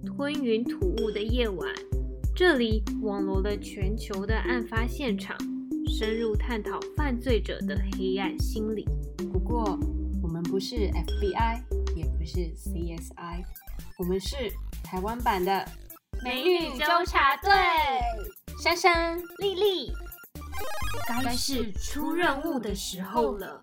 吞云吐雾的夜晚，这里网罗了全球的案发现场，深入探讨犯罪者的黑暗心理。 不过，我们不是 FBI， 也不是 CSI， 我们是台湾版的美女纠察队。 珊珊、 丽丽，该是出任务的时候了。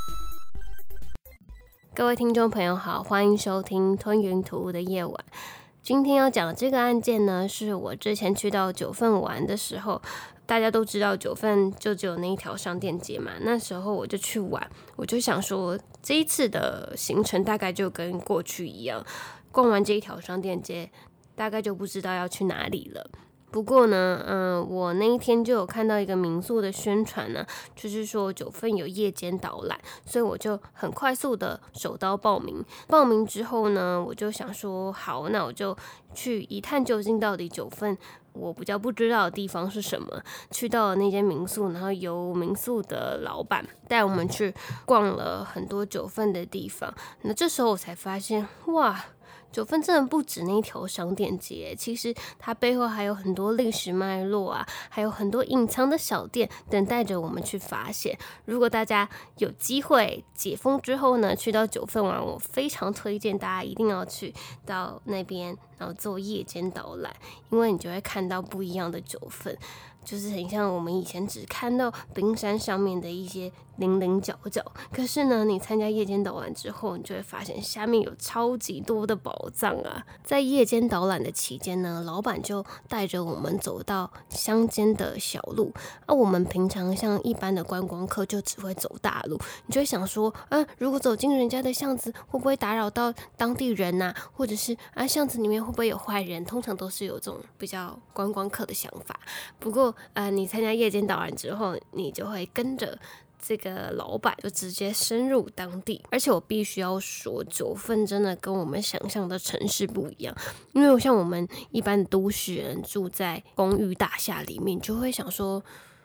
各位听众朋友好，欢迎收听吞云吐雾的夜晚。今天要讲的这个案件呢，是我之前去到九份玩的时候，大家都知道九份就只有那一条商店街嘛，那时候我就去玩，我就想说这一次的行程大概就跟过去一样，逛完这一条商店街，大概就不知道要去哪里了。不过呢，我那一天就有看到一个民宿的宣传呢，就是说九份有夜间导览，所以我就很快速的手刀报名。报名之后呢，我就想说，好，那我就去一探究竟，到底九份我比较不知道的地方是什么。去到了那间民宿，然后由民宿的老板带我们去逛了很多九份的地方。那这时候我才发现，哇！九份真的不止那一条商店街，其实它背后还有很多历史脉络啊，还有很多隐藏的小店等待着我们去发现。如果大家有机会解封之后呢，去到九份玩，我非常推荐大家一定要去到那边，然后做夜间导览，因为你就会看到不一样的九份。就是很像我们以前只看到冰山上面的一些零零角角，可是呢，你参加夜间导览之后，你就会发现下面有超级多的宝藏啊！在夜间导览的期间呢，老板就带着我们走到乡间的小路，我们平常像一般的观光客就只会走大路，你就会想说，如果走进人家的巷子，会不会打扰到当地人啊？或者是巷子里面会不会有坏人？通常都是有这种比较观光客的想法。不过你参加夜间导览之后，你就会跟着这个老板就直接深入当地。而且我必须要说，九份真的跟我们想象的城市不一样，因为像我们一般的都市人住在公寓大厦里面，就会想说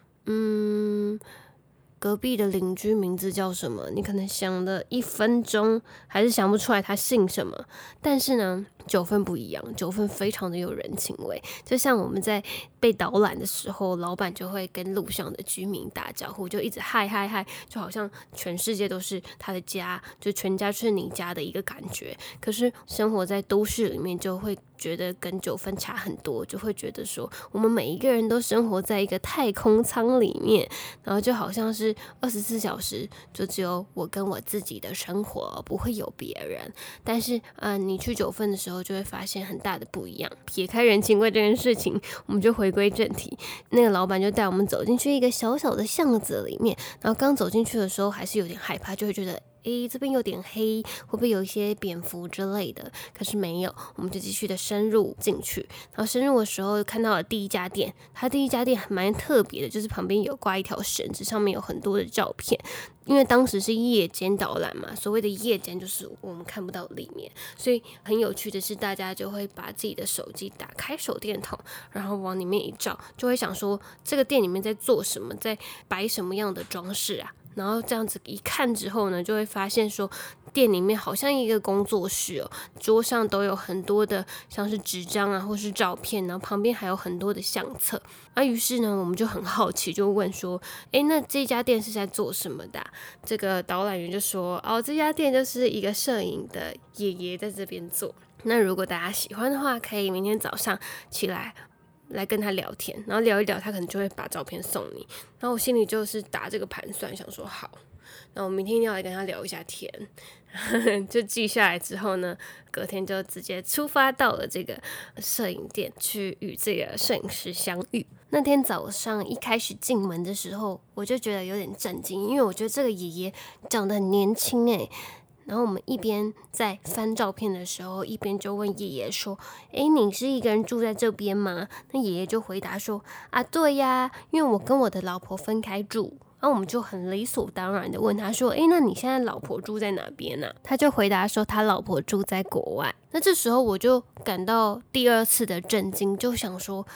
隔壁的邻居名字叫什么，你可能想了1分钟还是想不出来他姓什么。但是呢，九份不一样，九份非常的有人情味。就像我们在被导览的时候，老板就会跟路上的居民打招呼，就一直嗨嗨嗨，就好像全世界都是他的家，就全家是你家的一个感觉。可是生活在都市里面，就会觉得跟九份差很多，就会觉得说我们每一个人都生活在一个太空舱里面，然后就好像是24小时就只有我跟我自己的生活，不会有别人。但是你去九份的时候就会发现很大的不一样。撇开人情味这件事情，我们就回归正题。那个老板就带我们走进去一个小小的巷子里面，然后刚走进去的时候还是有点害怕，就会觉得这边有点黑，会不会有一些蝙蝠之类的？可是没有，我们就继续的深入进去。然后深入的时候看到了第一家店，它第一家店还蛮特别的，就是旁边有挂一条绳子，上面有很多的照片。因为当时是夜间导览嘛，所谓的夜间就是我们看不到里面，所以很有趣的是，大家就会把自己的手机打开手电筒，然后往里面一照，就会想说这个店里面在做什么，在摆什么样的装饰啊。然后这样子一看之后呢，就会发现说店里面好像一个工作室哦，桌上都有很多的像是纸张啊或是照片，然后旁边还有很多的相册。于是呢，我们就很好奇，就问说那这家店是在做什么的这个导览员就说这家店就是一个摄影的爷爷在这边做。那如果大家喜欢的话，可以明天早上起来跟他聊天，然后聊一聊，他可能就会把照片送你。然后我心里就是打这个盘算，想说好，那我明天一定要来跟他聊一下天。就记下来之后呢，隔天就直接出发到了这个摄影店去与这个摄影师相遇。那天早上一开始进门的时候，我就觉得有点震惊，因为我觉得这个爷爷长得很年轻然后我们一边在翻照片的时候，一边就问爷爷说你是一个人住在这边吗？那爷爷就回答说对呀，因为我跟我的老婆分开住。然后我们就很理所当然的问他说那你现在老婆住在哪边啊？他就回答说他老婆住在国外。那这时候我就感到第二次的震惊，就想说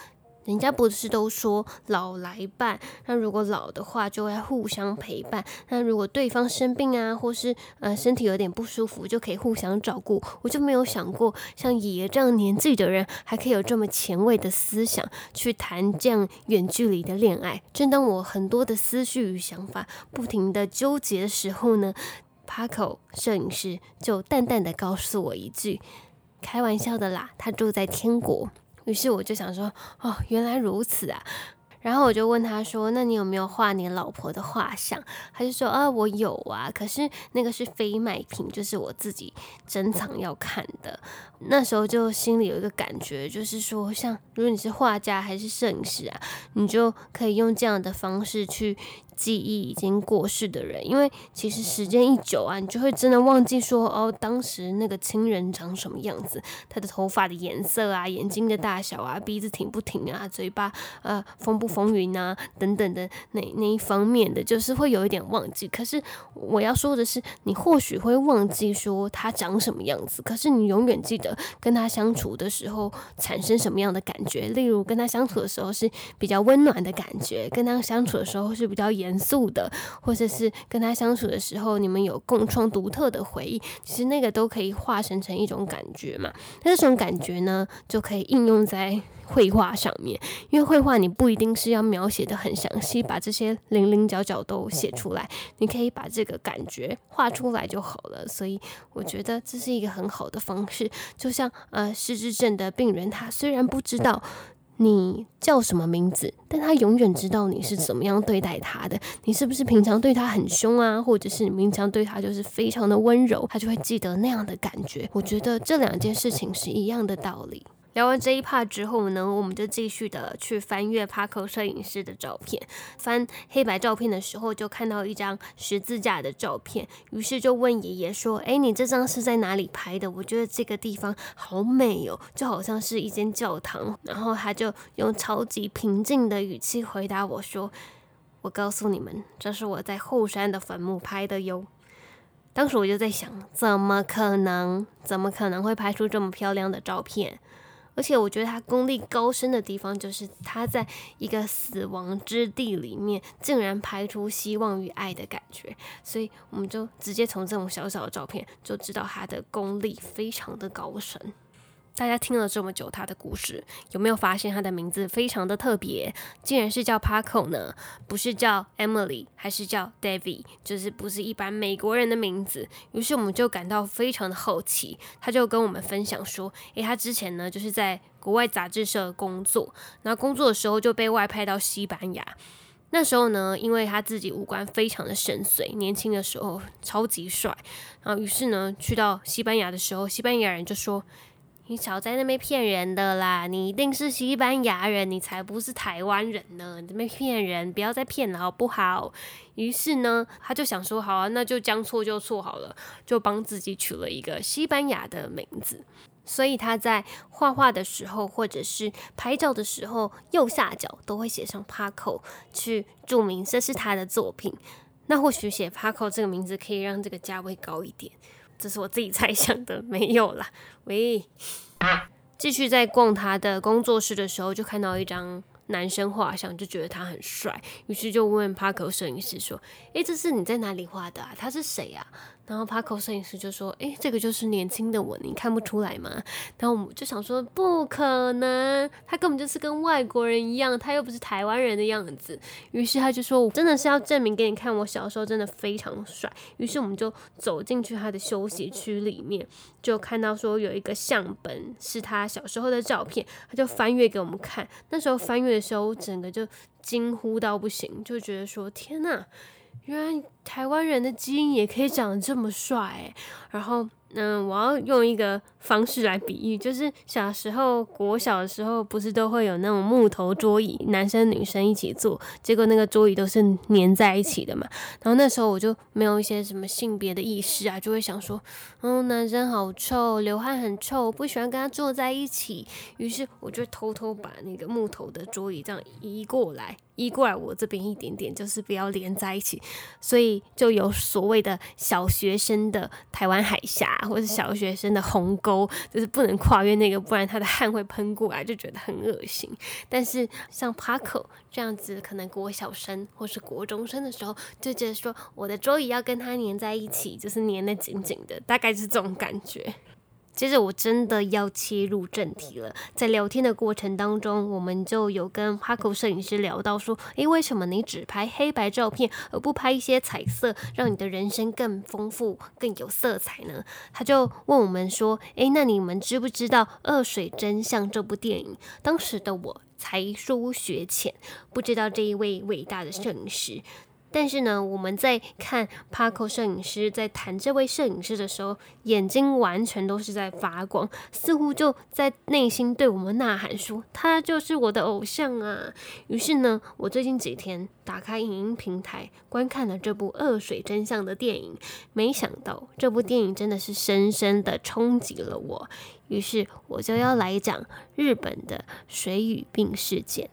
人家不是都说老来伴，那如果老的话就会互相陪伴，那如果对方生病啊，或是身体有点不舒服，就可以互相照顾。我就没有想过像爷爷这样年纪的人还可以有这么前卫的思想去谈这样远距离的恋爱。正当我很多的思绪与想法不停的纠结的时候呢，Paco 摄影师就淡淡的告诉我一句，开玩笑的啦，他住在天国。于是我就想说，哦，原来如此啊。然后我就问他说，那你有没有画你老婆的画像？他就说，我有啊，可是那个是非卖品，就是我自己珍藏要看的。那时候就心里有一个感觉，就是说，像如果你是画家还是摄影师啊，你就可以用这样的方式去记忆已经过世的人，因为其实时间一久啊，你就会真的忘记说，当时那个亲人长什么样子，他的头发的颜色啊，眼睛的大小啊，鼻子挺不挺啊，嘴巴丰不丰腴啊，等等的那一方面的，就是会有一点忘记。可是我要说的是，你或许会忘记说他长什么样子，可是你永远记得跟他相处的时候产生什么样的感觉。例如跟他相处的时候是比较温暖的感觉，跟他相处的时候是比较严肃的，或者是跟他相处的时候你们有共创独特的回忆，其实那个都可以化身成一种感觉嘛。那这种感觉呢，就可以应用在绘画上面，因为绘画你不一定是要描写的很详细，把这些零零角角都写出来，你可以把这个感觉画出来就好了。所以我觉得这是一个很好的方式。就像失智症的病人，他虽然不知道你叫什么名字，但他永远知道你是怎么样对待他的，你是不是平常对他很凶啊，或者是你平常对他就是非常的温柔，他就会记得那样的感觉。我觉得这两件事情是一样的道理。聊完这一 part 之后呢，我们就继续的去翻阅 Paco 摄影师的照片。翻黑白照片的时候，就看到一张十字架的照片，于是就问爷爷说：“你这张是在哪里拍的？我觉得这个地方好美哦，就好像是一间教堂。”然后他就用超级平静的语气回答我说：“我告诉你们，这是我在后山的坟墓拍的哟。”当时我就在想，怎么可能会拍出这么漂亮的照片？而且我觉得他功力高深的地方，就是他在一个死亡之地里面，竟然拍出希望与爱的感觉。所以我们就直接从这种小小的照片，就知道他的功力非常的高深。大家听了这么久他的故事，有没有发现他的名字非常的特别？竟然是叫 Paco 呢，不是叫 Emily， 还是叫 David， 就是不是一般美国人的名字。于是我们就感到非常的好奇，他就跟我们分享说，他之前呢就是在国外杂志社工作，然后工作的时候就被外派到西班牙。那时候呢，因为他自己五官非常的深邃，年轻的时候超级帅，然后于是呢去到西班牙的时候，西班牙人就说，你少在那边骗人的啦！你一定是西班牙人，你才不是台湾人呢！你这边骗人，不要再骗了好不好？于是呢，他就想说，好啊，那就将错就错好了，就帮自己取了一个西班牙的名字。所以他在画画的时候，或者是拍照的时候，右下角都会写上 Paco， 去注明这是他的作品。那或许写 Paco 这个名字可以让这个价位高一点。这是我自己猜想的，没有啦。喂，继续在逛他的工作室的时候，就看到一张男生画像，就觉得他很帅，于是就问 Paco 摄影师说：“这是你在哪里画的啊？他是谁啊？”然后 Paco 摄影师就说：“这个就是年轻的我，你看不出来吗？”然后我们就想说，不可能，他根本就是跟外国人一样，他又不是台湾人的样子。于是他就说：“我真的是要证明给你看，我小时候真的非常帅。”于是我们就走进去他的休息区里面，就看到说有一个相本是他小时候的照片，他就翻阅给我们看。那时候翻阅的时候，我整个就惊呼到不行，就觉得说：“天哪！原来台湾人的基因也可以长得这么帅然后我要用一个方式来比喻，就是小时候国小的时候不是都会有那种木头桌椅，男生女生一起坐，结果那个桌椅都是粘在一起的嘛。然后那时候我就没有一些什么性别的意识啊，就会想说男生好臭，流汗很臭，我不喜欢跟他坐在一起。于是我就偷偷把那个木头的桌椅这样移过来， 移过来我这边一点点，就是不要连在一起，所以就有所谓的小学生的台湾海峡，或是小学生的鸿沟，就是不能跨越那个，不然他的汗会喷过来，就觉得很恶心。但是像 Paco 这样子，可能国小生或是国中生的时候，就觉得说我的桌椅要跟他黏在一起，就是黏得紧紧的，大概是这种感觉。接着我真的要切入正题了，在聊天的过程当中，我们就有跟 Paco 摄影师聊到说，为什么你只拍黑白照片，而不拍一些彩色，让你的人生更丰富、更有色彩呢？他就问我们说，那你们知不知道《恶水真相》这部电影？当时的我才疏学浅，不知道这一位伟大的摄影师。但是呢，我们在看 Paco 摄影师在谈这位摄影师的时候，眼睛完全都是在发光，似乎就在内心对我们呐喊说，他就是我的偶像啊。于是呢，我最近几天打开影音平台观看了这部《恶水真相》的电影，没想到这部电影真的是深深的冲击了我。于是我就要来讲日本的水俣病事件。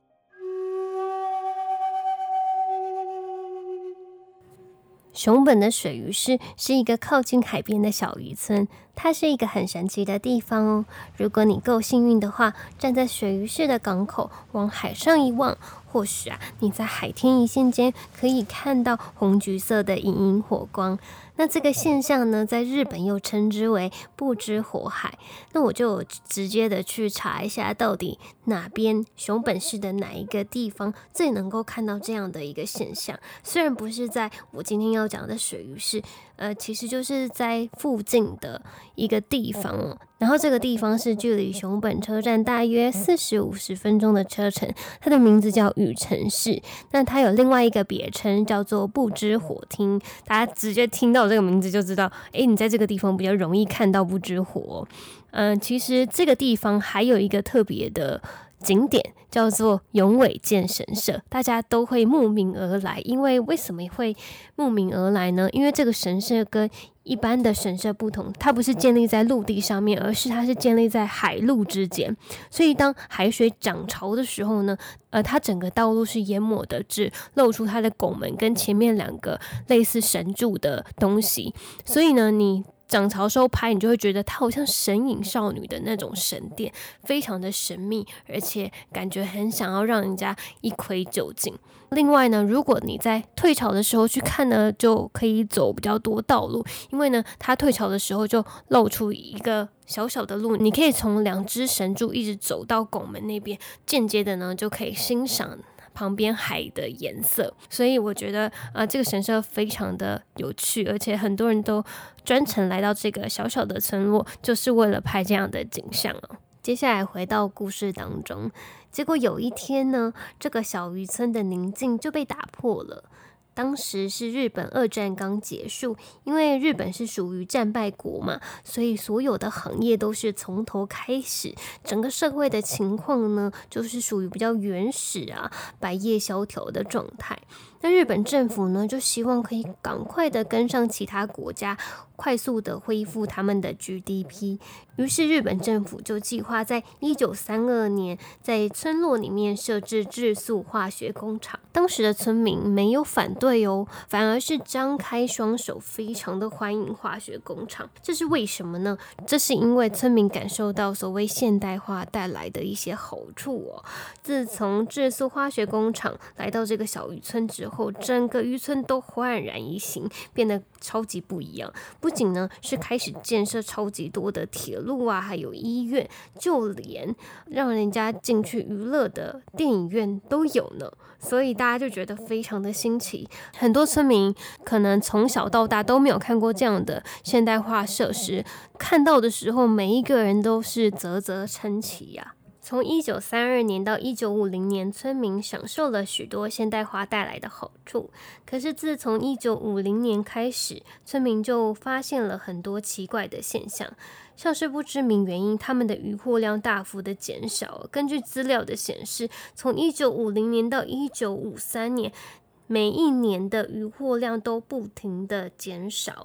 熊本的水俣市是一个靠近海边的小渔村，它是一个很神奇的地方哦。如果你够幸运的话，站在水俣市的港口往海上一望，或许你在海天一线间可以看到红橘色的隐隐火光。那这个现象呢，在日本又称之为不知火海。那我就直接的去查一下，到底哪边熊本市的哪一个地方最能够看到这样的一个现象。虽然不是在我今天要讲的水俣市，其实就是在附近的一个地方哦。然后这个地方是距离熊本车站大约40-50分钟的车程，它的名字叫羽城市。那它有另外一个别称叫做不知火町，大家直接听到这个名字就知道，你在这个地方比较容易看到不知火哦。其实这个地方还有一个特别的景点叫做永尾见神社，大家都会慕名而来。因为为什么会慕名而来呢？因为这个神社跟一般的神社不同，它不是建立在陆地上面，而是它是建立在海陆之间。所以当海水涨潮的时候呢，它整个道路是淹没的，只露出它的拱门跟前面2个类似神柱的东西。所以呢，你涨潮时候拍，你就会觉得它好像神隐少女的那种神殿，非常的神秘，而且感觉很想要让人家一窥究竟。另外呢，如果你在退潮的时候去看呢，就可以走比较多道路，因为呢，它退潮的时候就露出一个小小的路，你可以从2只神柱一直走到拱门那边，间接的呢就可以欣赏旁边海的颜色。所以我觉得这个神社非常的有趣，而且很多人都专程来到这个小小的村落，就是为了拍这样的景象哦。接下来回到故事当中，结果有一天呢，这个小渔村的宁静就被打破了。当时是日本2战刚结束，因为日本是属于战败国嘛，所以所有的行业都是从头开始，整个社会的情况呢，就是属于比较原始百业萧条的状态。那日本政府呢，就希望可以赶快的跟上其他国家，快速的恢复他们的 GDP。于是日本政府就计划在1932年在村落里面设置质素化学工厂。当时的村民没有反对哦，反而是张开双手，非常的欢迎化学工厂。这是为什么呢？这是因为村民感受到所谓现代化带来的一些好处哦。自从质素化学工厂来到这个小渔村之后，整个渔村都焕然一新，变得超级不一样。不仅呢是开始建设超级多的铁路还有医院，就连让人家进去娱乐的电影院都有呢。所以大家就觉得非常的新奇，很多村民可能从小到大都没有看过这样的现代化设施，看到的时候每一个人都是啧啧称奇呀。从1932年到1950年，村民享受了许多现代化带来的好处。可是自从1950年开始，村民就发现了很多奇怪的现象，像是不知名原因，他们的渔获量大幅的减少。根据资料的显示，从1950年到1953年，每一年的渔获量都不停的减少。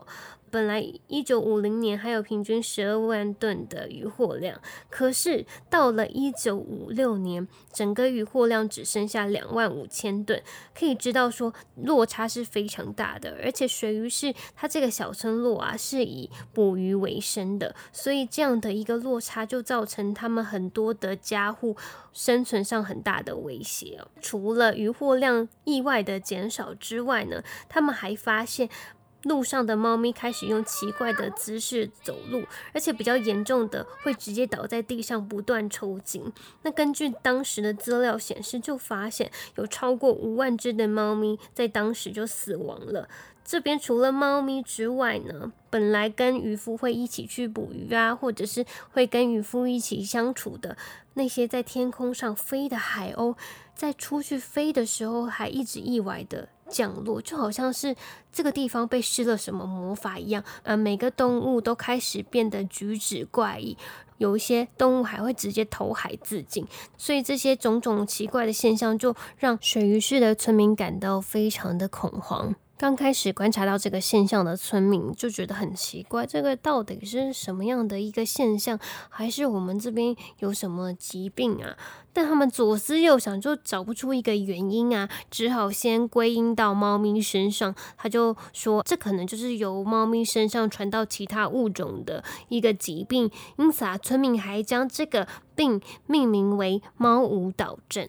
本来1950年还有平均12万吨的渔获量，可是到了1956年，整个渔获量只剩下25000吨，可以知道说落差是非常大的。而且水鱼市它这个小村落啊是以捕鱼为生的，所以这样的一个落差就造成他们很多的家户生存上很大的威胁。除了渔获量意外的减少之外呢，他们还发现路上的猫咪开始用奇怪的姿势走路，而且比较严重的会直接倒在地上不断抽筋。那根据当时的资料显示，就发现有超过5万只的猫咪在当时就死亡了。这边除了猫咪之外呢，本来跟渔夫会一起去捕鱼啊，或者是会跟渔夫一起相处的那些在天空上飞的海鸥，在出去飞的时候还一直意外的降落，就好像是这个地方被施了什么魔法一样。每个动物都开始变得举止怪异，有一些动物还会直接投海自尽。所以这些种种奇怪的现象就让水鱼市的村民感到非常的恐慌。刚开始观察到这个现象的村民就觉得很奇怪，这个到底是什么样的一个现象，还是我们这边有什么疾病啊？但他们左思右想就找不出一个原因啊，只好先归因到猫咪身上。他就说这可能就是由猫咪身上传到其他物种的一个疾病，因此啊，村民还将这个病命名为猫舞蹈症。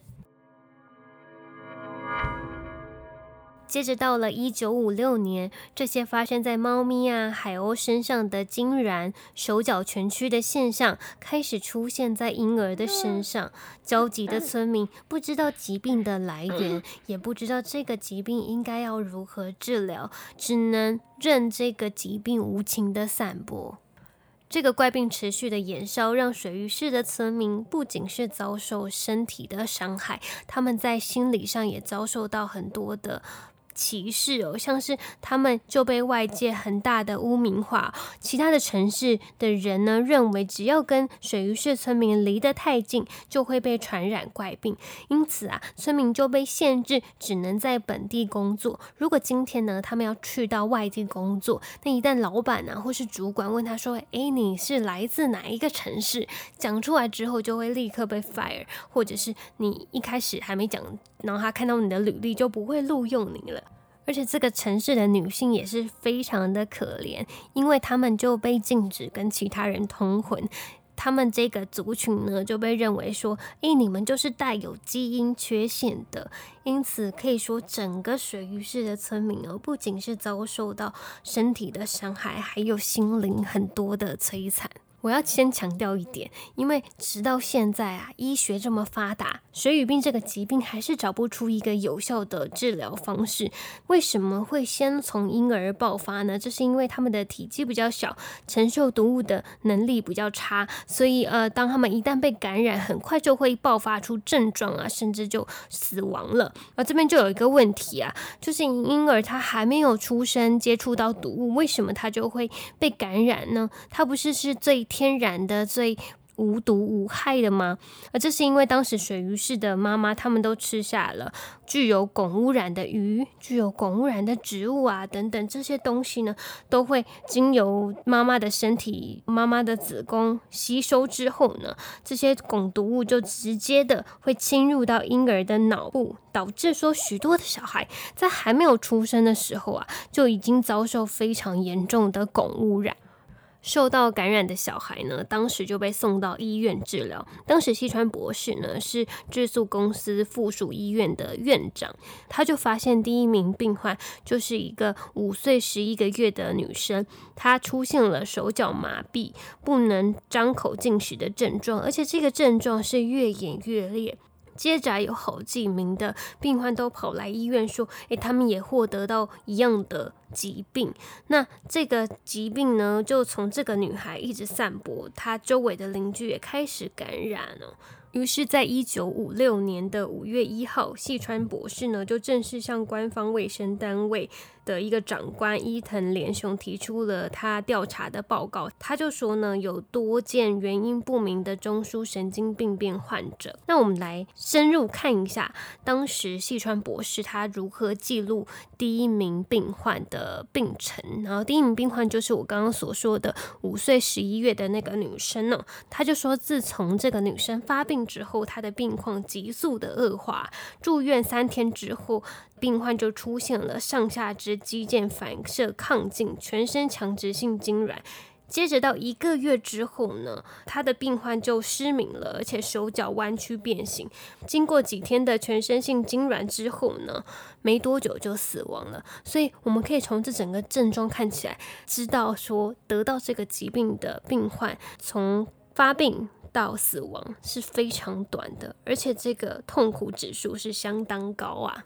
接着到了1956年，这些发生在猫咪啊、海鸥身上的惊然手脚全屈的现象开始出现在婴儿的身上。焦急的村民不知道疾病的来源，也不知道这个疾病应该要如何治疗，只能任这个疾病无情的散播。这个怪病持续的延烧，让水鱼市的村民不仅是遭受身体的伤害，他们在心理上也遭受到很多的歧视哦，像是他们就被外界很大的污名化，其他的城市的人呢认为只要跟水鱼市村民离得太近，就会被传染怪病，因此啊，村民就被限制只能在本地工作。如果今天呢，他们要去到外地工作，那一旦老板啊或是主管问他说，你是来自哪一个城市？讲出来之后就会立刻被 fire， 或者是你一开始还没讲，然后他看到你的履历就不会录用你了。而且这个城市的女性也是非常的可怜，因为她们就被禁止跟其他人通婚。他们这个族群呢就被认为说，你们就是带有基因缺陷的。因此可以说整个水鱼市的村民不仅是遭受到身体的伤害，还有心灵很多的摧残。我要先强调一点，因为直到现在啊，医学这么发达，水俣病这个疾病还是找不出一个有效的治疗方式。为什么会先从婴儿爆发呢？这是因为他们的体积比较小，承受毒物的能力比较差，所以当他们一旦被感染，很快就会爆发出症状啊，甚至就死亡了。这边就有一个问题啊，就是婴儿他还没有出生接触到毒物，为什么他就会被感染呢？他不是最天然的、最无毒无害的吗？这是因为当时水鱼市的妈妈他们都吃下了具有汞污染的鱼、具有汞污染的植物啊等等，这些东西呢都会经由妈妈的身体、妈妈的子宫吸收之后呢，这些汞毒物就直接的会侵入到婴儿的脑部，导致说许多的小孩在还没有出生的时候啊，就已经遭受非常严重的汞污染。受到感染的小孩呢，当时就被送到医院治疗。当时细川博士呢是制塑公司附属医院的院长，他就发现第一名病患就是一个5岁11个月的女生，她出现了手脚麻痹、不能张口进食的症状，而且这个症状是越演越烈。接着有好几名的病患都跑来医院说，他们也获得到一样的疾病。那这个疾病呢，就从这个女孩一直散播，她周围的邻居也开始感染了。于是在1956年的5月1号，细川博士呢就正式向官方卫生单位的一个长官伊藤连雄提出了他调查的报告。他就说呢，有多件原因不明的中枢神经病变患者。那我们来深入看一下当时细川博士他如何记录第一名病患的的病程。然后第一名病患就是我刚刚所说的5岁11月的那个女生哦，她就说自从这个女生发病之后，她的病况急速的恶化，住院3天之后，病患就出现了上下肢肌腱反射亢进，全身强直性痉挛。接着到1个月之后呢，他的病患就失明了，而且手脚弯曲变形。经过几天的全身性痉挛之后呢，没多久就死亡了。所以我们可以从这整个症状看起来，知道说得到这个疾病的病患从发病到死亡是非常短的，而且这个痛苦指数是相当高啊。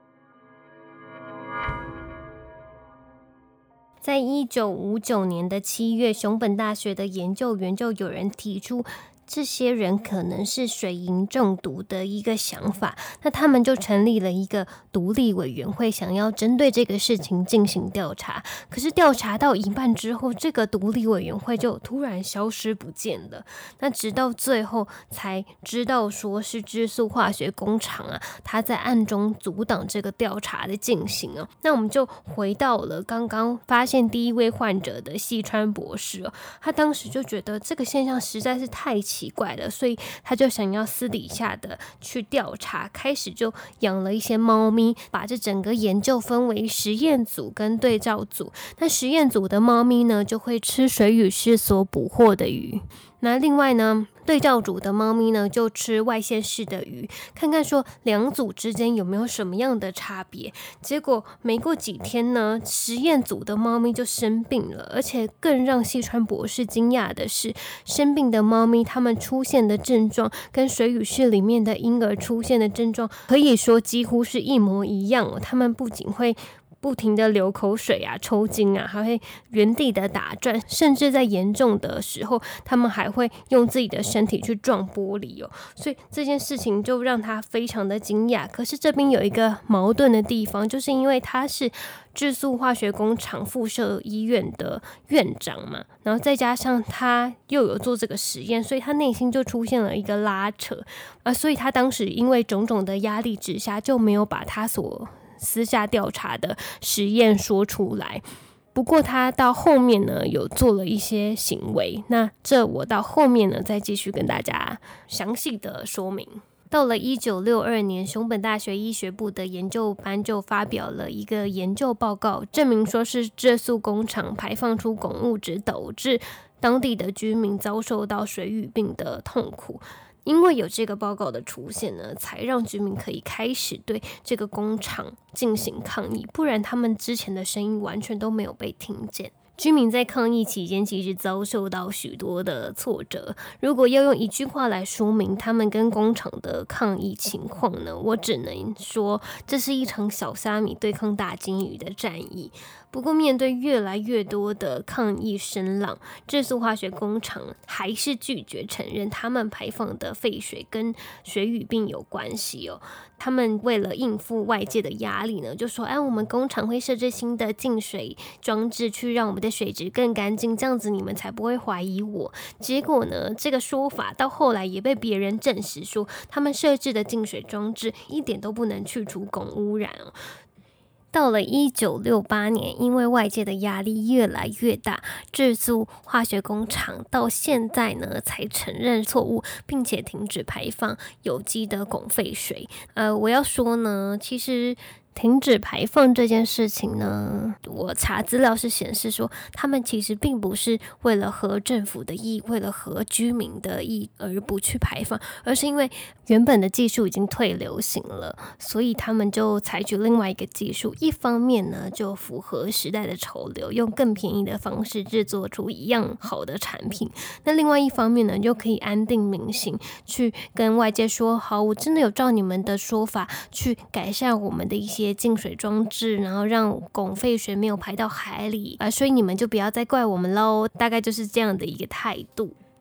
在1959年的7月，熊本大学的研究员就有人提出这些人可能是水银中毒的一个想法，那他们就成立了一个独立委员会，想要针对这个事情进行调查。可是调查到一半之后，这个独立委员会就突然消失不见了。那直到最后才知道说是质素化学工厂啊，他在暗中阻挡这个调查的进行哦。那我们就回到了刚刚发现第一位患者的细川博士哦，他当时就觉得这个现象实在是太奇怪了，所以他就想要私底下的去调查，开始就养了一些猫咪，把这整个研究分为实验组跟对照组。那实验组的猫咪呢，就会吃水俣市所捕获的鱼。那另外呢，对照组的猫咪呢，就吃外县市的鱼，看看说两组之间有没有什么样的差别。结果没过几天呢，实验组的猫咪就生病了，而且更让细川博士惊讶的是，生病的猫咪它们出现的症状跟水俣市里面的婴儿出现的症状可以说几乎是一模一样哦。它们不仅会不停的流口水啊、抽筋啊，还会原地的打转，甚至在严重的时候，他们还会用自己的身体去撞玻璃哦。所以这件事情就让他非常的惊讶。可是这边有一个矛盾的地方，就是因为他是质素化学工厂附设医院的院长嘛，然后再加上他又有做这个实验，所以他内心就出现了一个拉扯所以他当时因为种种的压力之下，就没有把他所私下调查的实验说出来。不过他到后面呢，有做了一些行为，那这我到后面呢再继续跟大家详细的说明。到了1962年，熊本大学医学部的研究班就发表了一个研究报告，证明说是质素工厂排放出汞物质导致当地的居民遭受到水俣病的痛苦。因为有这个报告的出现呢，才让居民可以开始对这个工厂进行抗议，不然他们之前的声音完全都没有被听见。居民在抗议期间其实遭受到许多的挫折，如果要用一句话来说明他们跟工厂的抗议情况呢，我只能说这是一场小虾米对抗大鲸鱼的战役。不过面对越来越多的抗议声浪，质素化学工厂还是拒绝承认他们排放的废水跟水俣病有关系哦。他们为了应付外界的压力呢，就说我们工厂会设置新的净水装置去让我们的水质更干净，这样子你们才不会怀疑我。结果呢，这个说法到后来也被别人证实说，他们设置的净水装置一点都不能去除汞污染哦。到了1968年，因为外界的压力越来越大，质素化学工厂到现在呢才承认错误，并且停止排放有机的汞废水。我要说呢，其实停止排放这件事情呢，我查资料是显示说，他们其实并不是为了合政府的意，为了合居民的意而不去排放，而是因为原本的技术已经退流行了，所以他们就采取另外一个技术，一方面呢就符合时代的潮流，用更便宜的方式制作出一样好的产品，那另外一方面呢就可以安定民心，去跟外界说，好，我真的有照你们的说法去改善我们的一些净水装置，然后让汞废水没有排到海里所以你们就不要再怪我们咯，大概就是这样的一个态度。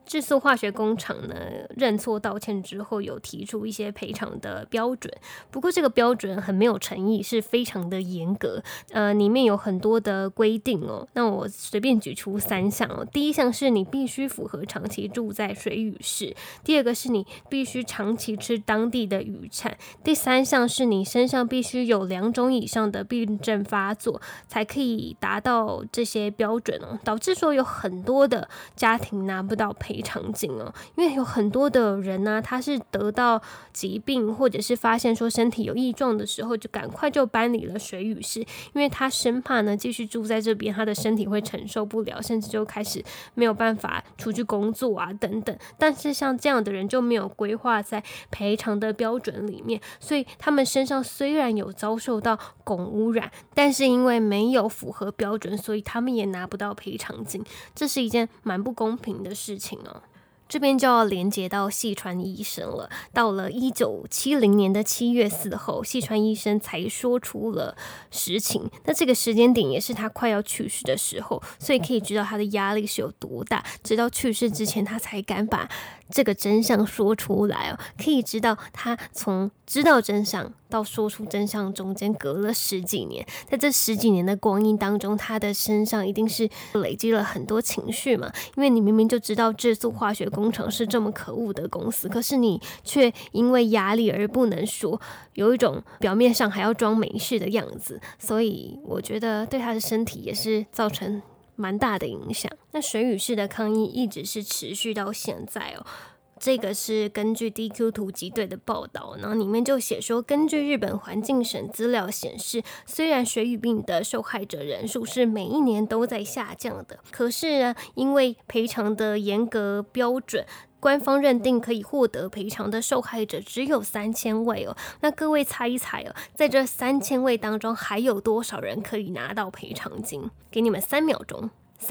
制塑化学工厂呢认错道歉之后，有提出一些赔偿的标准，不过这个标准很没有诚意，是非常的严格，里面有很多的规定哦。那我随便举出3项哦。第一项是你必须符合长期住在水屿市，第二个是你必须长期吃当地的渔产，第3项是你身上必须有2种以上的病症发作，才可以达到这些标准哦。导致说有很多的家庭拿不到赔偿金哦，因为有很多的人呢，他是得到疾病或者是发现说身体有异状的时候，就赶快就搬离了水屿市，因为他生怕呢继续住在这边，他的身体会承受不了，甚至就开始没有办法出去工作啊等等。但是像这样的人就没有规划在赔偿的标准里面，所以他们身上虽然有遭受到汞污染，但是因为没有符合标准，所以他们也拿不到赔偿金，这是一件蛮不公平的事情哦。这边就要连接到细川医生了。到了1970年的7月4号，细川医生才说出了实情。那这个时间点也是他快要去世的时候，所以可以知道他的压力是有多大。直到去世之前，他才敢把这个真相说出来哦。可以知道他从知道真相到说出真相中间隔了10几年，在这10几年的光阴当中，他的身上一定是累积了很多情绪嘛。因为你明明就知道制塑化学工厂是这么可恶的公司，可是你却因为压力而不能说，有一种表面上还要装没事的样子，所以我觉得对他的身体也是造成蛮大的影响。那水屿市的抗议一直是持续到现在哦。这个是根据 DQ 突击队的报道，然后里面就写说，根据日本环境省资料显示，虽然水俣病的受害者人数是每一年都在下降的，可是呢，因为赔偿的严格标准，官方认定可以获得赔偿的受害者只有3000位哦。那各位猜一猜哦，在这3000位当中，还有多少人可以拿到赔偿金？给你们3秒钟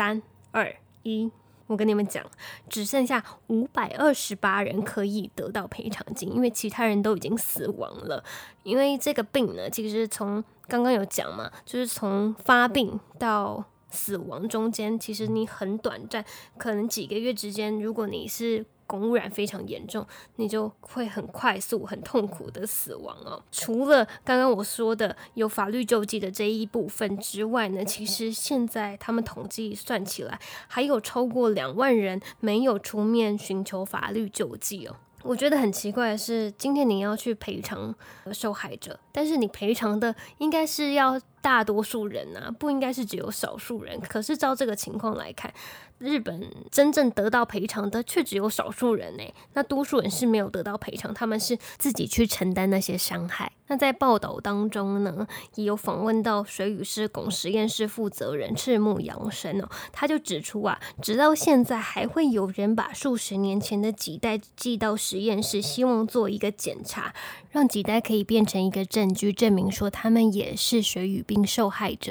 ，3、2、1。我跟你们讲，只剩下528人可以得到赔偿金，因为其他人都已经死亡了。因为这个病呢，其实从刚刚有讲嘛，就是从发病到死亡中间，其实你很短暂，可能几个月之间，如果你是汞污染非常严重，你就会很快速很痛苦的死亡哦。除了刚刚我说的有法律救济的这一部分之外呢，其实现在他们统计算起来，还有超过2万人没有出面寻求法律救济哦。我觉得很奇怪的是，今天你要去赔偿受害者，但是你赔偿的应该是要大多数人啊，不应该是只有少数人。可是照这个情况来看，日本真正得到赔偿的却只有少数人欸，那多数人是没有得到赔偿，他们是自己去承担那些伤害。那在报道当中呢，也有访问到水俣市汞实验室负责人赤木洋生哦，他就指出啊，直到现在还会有人把数十年前的脐带寄到实验室，希望做一个检查，让脐带可以变成一个证据，证明说他们也是水俣病受害者。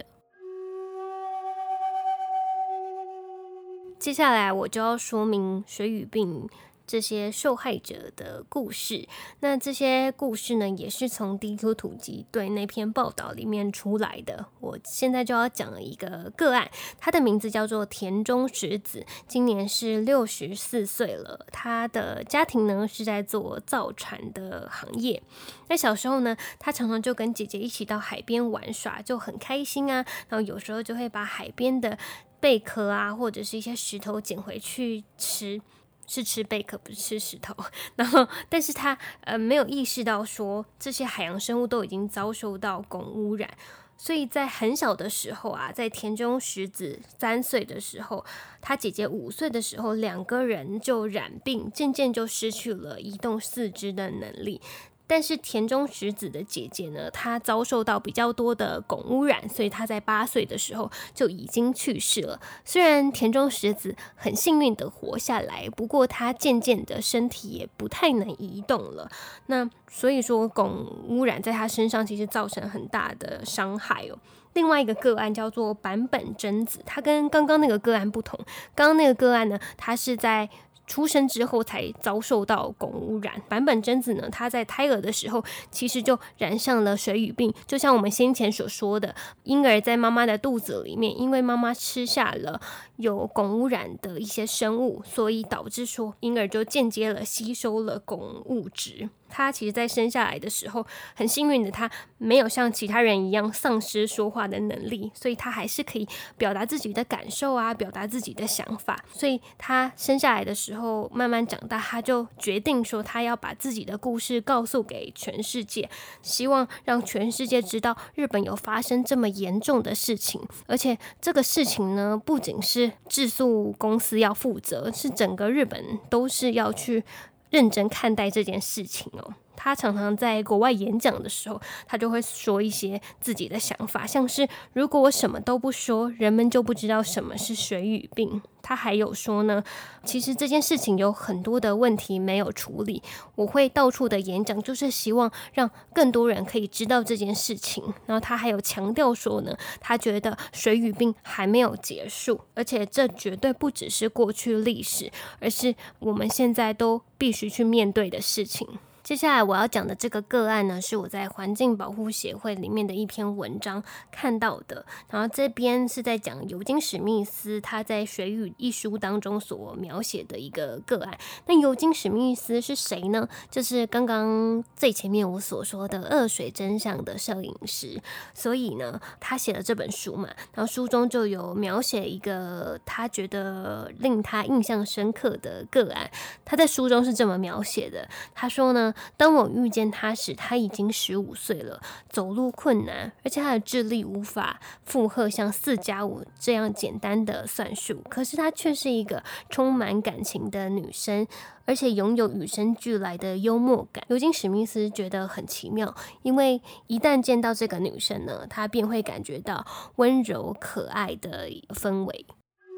接下来我就要说明水俣病这些受害者的故事。那这些故事呢，也是从 DQ 突击队那篇报道里面出来的。我现在就要讲一个个案，他的名字叫做田中实子，今年是64岁了。他的家庭呢是在做造船的行业。那小时候呢，他常常就跟姐姐一起到海边玩耍，就很开心啊。然后有时候就会把海边的贝壳啊，或者是一些石头捡回去吃。是吃贝壳，不是吃石头。然后，但是他没有意识到说，这些海洋生物都已经遭受到汞污染。所以在很小的时候啊，在田中实子3岁的时候，他姐姐5岁的时候，2个人就染病，渐渐就失去了移动四肢的能力。但是田中实子的姐姐呢，她遭受到比较多的汞污染，所以她在8岁的时候就已经去世了。虽然田中实子很幸运的活下来，不过她渐渐的身体也不太能移动了。那所以说汞污染在她身上其实造成很大的伤害哦。另外一个个案叫做坂本真子，她跟刚刚那个个案不同。刚刚那个个案呢，她是在出生之后才遭受到汞污染。坂本真子呢，她在胎儿的时候其实就染上了水俣病，就像我们先前所说的，婴儿在妈妈的肚子里面，因为妈妈吃下了有汞污染的一些生物，所以导致说婴儿就间接了吸收了汞物质。他其实在生下来的时候很幸运的，他没有像其他人一样丧失说话的能力，所以他还是可以表达自己的感受啊，表达自己的想法。所以他生下来的时候慢慢长大，他就决定说他要把自己的故事告诉给全世界，希望让全世界知道日本有发生这么严重的事情。而且这个事情呢，不仅是制塑公司要负责，是整个日本都是要去认真看待这件事情哦。他常常在国外演讲的时候，他就会说一些自己的想法，像是如果我什么都不说，人们就不知道什么是水俣病。他还有说呢，其实这件事情有很多的问题没有处理，我会到处的演讲，就是希望让更多人可以知道这件事情。然后他还有强调说呢，他觉得水俣病还没有结束，而且这绝对不只是过去历史，而是我们现在都必须去面对的事情。接下来我要讲的这个个案呢，是我在环境保护协会里面的一篇文章看到的。然后这边是在讲尤金史密斯他在《水俣》一书当中所描写的一个个案。那尤金史密斯是谁呢？就是刚刚最前面我所说的恶水真相的摄影师。所以呢，他写了这本书嘛，然后书中就有描写一个他觉得令他印象深刻的个案。他在书中是这么描写的，他说呢，当我遇见他时，他已经15岁了，走路困难，而且他的智力无法负荷像4+5这样简单的算术。可是他却是一个充满感情的女生，而且拥有与生俱来的幽默感。尤金史密斯觉得很奇妙，因为一旦见到这个女生呢，他便会感觉到温柔可爱的氛围。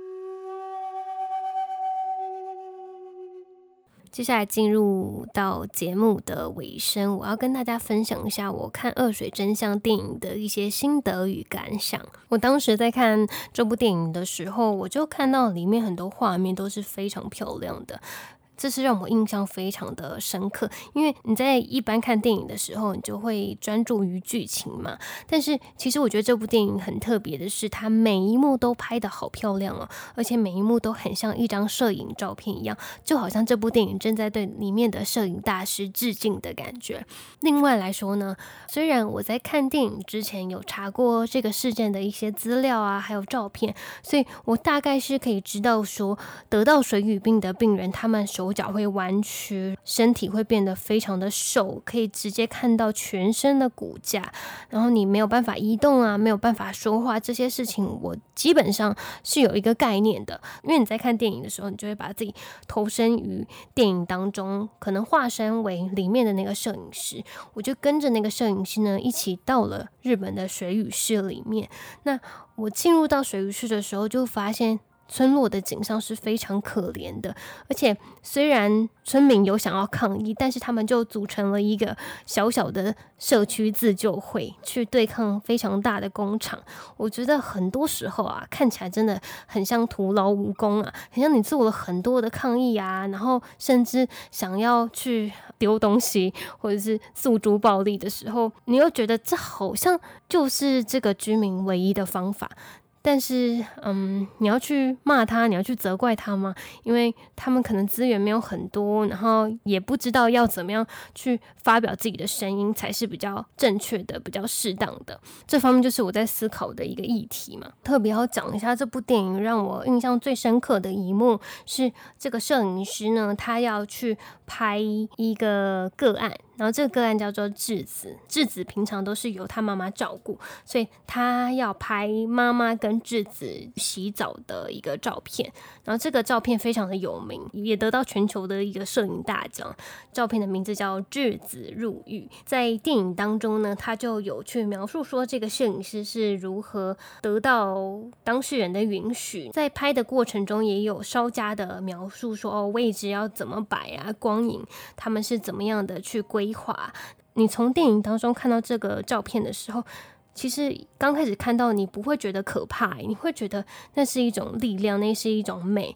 接下来进入到节目的尾声，我要跟大家分享一下我看《恶水真相》电影的一些心得与感想。我当时在看这部电影的时候，我就看到里面很多画面都是非常漂亮的，这是让我印象非常的深刻。因为你在一般看电影的时候，你就会专注于剧情嘛，但是其实我觉得这部电影很特别的是，它每一幕都拍得好漂亮哦，而且每一幕都很像一张摄影照片一样，就好像这部电影正在对里面的摄影大师致敬的感觉。另外来说呢，虽然我在看电影之前有查过这个事件的一些资料啊，还有照片，所以我大概是可以知道说，得到水俣病的病人，他们手脚会弯曲，身体会变得非常的瘦，可以直接看到全身的骨架，然后你没有办法移动啊，没有办法说话，这些事情我基本上是有一个概念的。因为你在看电影的时候，你就会把自己投身于电影当中，可能化身为里面的那个摄影师，我就跟着那个摄影师呢一起到了日本的水俣市里面。那我进入到水俣市的时候，就发现村落的景象是非常可怜的，而且虽然村民有想要抗议，但是他们就组成了一个小小的社区自救会，去对抗非常大的工厂。我觉得很多时候啊，看起来真的很像徒劳无功啊，很像你做了很多的抗议啊，然后甚至想要去丢东西或者是诉诸暴力的时候，你又觉得这好像就是这个居民唯一的方法。但是你要去骂他，你要去责怪他吗？因为他们可能资源没有很多，然后也不知道要怎么样去发表自己的声音才是比较正确的，比较适当的。这方面就是我在思考的一个议题嘛。特别要讲一下这部电影让我印象最深刻的一幕是，这个摄影师呢，他要去拍一个个案，然后这个个案叫做智子。智子平常都是由他妈妈照顾，所以他要拍妈妈跟智子洗澡的一个照片。然后这个照片非常的有名，也得到全球的一个摄影大奖。照片的名字叫智子入狱。在电影当中呢，他就有去描述说这个摄影师是如何得到当事人的允许，在拍的过程中也有稍加的描述说位置要怎么摆啊，光影他们是怎么样的去规划。你从电影当中看到这个照片的时候，其实刚开始看到你不会觉得可怕，你会觉得那是一种力量，那是一种美。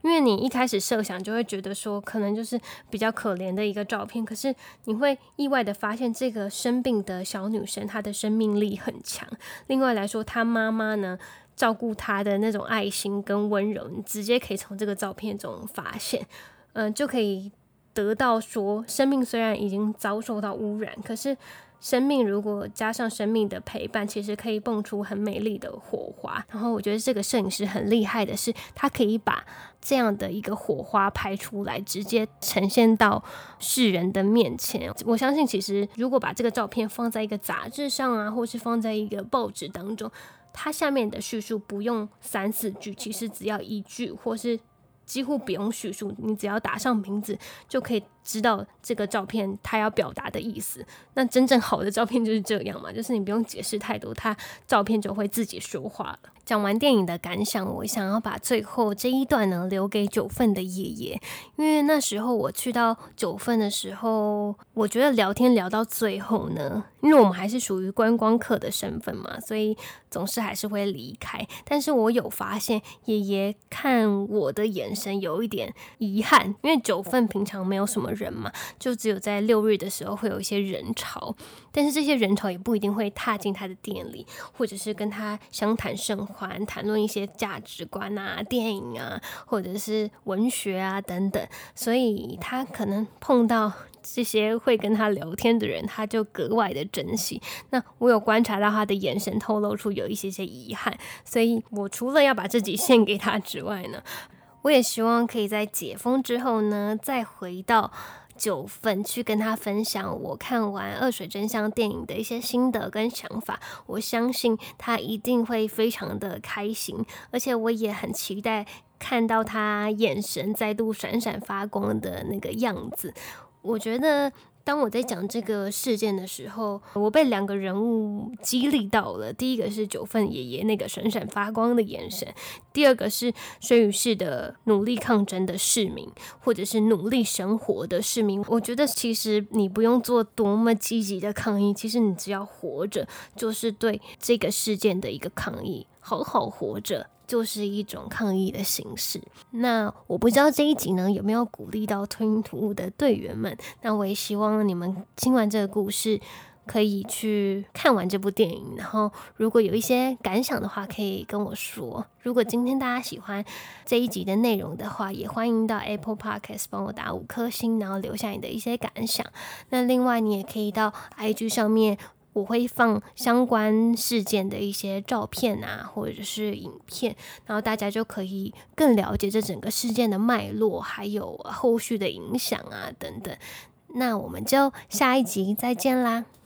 因为你一开始设想就会觉得说可能就是比较可怜的一个照片，可是你会意外的发现这个生病的小女生她的生命力很强。另外来说，她妈妈呢照顾她的那种爱心跟温柔，你直接可以从这个照片中发现，就可以得到说生命虽然已经遭受到污染，可是生命如果加上生命的陪伴，其实可以蹦出很美丽的火花。然后我觉得这个摄影师很厉害的是，他可以把这样的一个火花拍出来，直接呈现到世人的面前。我相信其实如果把这个照片放在一个杂志上啊，或是放在一个报纸当中，它下面的叙述不用3-4句，其实只要1句，或是几乎不用叙述，你只要打上名字就可以知道这个照片它要表达的意思。那真正好的照片就是这样嘛，就是你不用解释太多，它照片就会自己说话了。讲完电影的感想，我想要把最后这一段呢留给9份的爷爷，因为那时候我去到9份的时候，我觉得聊天聊到最后呢，因为我们还是属于观光客的身份嘛，所以总是还是会离开。但是我有发现爷爷看我的眼神有一点遗憾，因为9份平常没有什么人嘛，就只有在6日的时候会有一些人潮，但是这些人潮也不一定会踏进他的店里，或者是跟他相谈甚欢，谈论一些价值观啊、电影啊，或者是文学啊等等，所以他可能碰到这些会跟他聊天的人，他就格外的珍惜。那我有观察到他的眼神透露出有一些遗憾，所以我除了要把自己献给他之外呢，我也希望可以在解封之后呢，再回到9份去跟他分享我看完《恶水真相》电影的一些心得跟想法。我相信他一定会非常的开心，而且我也很期待看到他眼神再度闪闪发光的那个样子。我觉得当我在讲这个事件的时候，我被2个人物激励到了。第一个是9份爷爷那个闪闪发光的眼神，第二个是水与市的努力抗争的市民，或者是努力生活的市民。我觉得其实你不用做多么积极的抗议，其实你只要活着，就是对这个事件的一个抗议。好好活着就是一种抗议的形式。那我不知道这一集呢有没有鼓励到吞吐物的队员们，那我也希望你们听完这个故事可以去看完这部电影，然后如果有一些感想的话可以跟我说。如果今天大家喜欢这一集的内容的话，也欢迎到 Apple Podcast 帮我打5颗星，然后留下你的一些感想。那另外你也可以到 IG 上面，我会放相关事件的一些照片啊，或者是影片，然后大家就可以更了解这整个事件的脉络，还有后续的影响啊等等。那我们就下一集再见啦。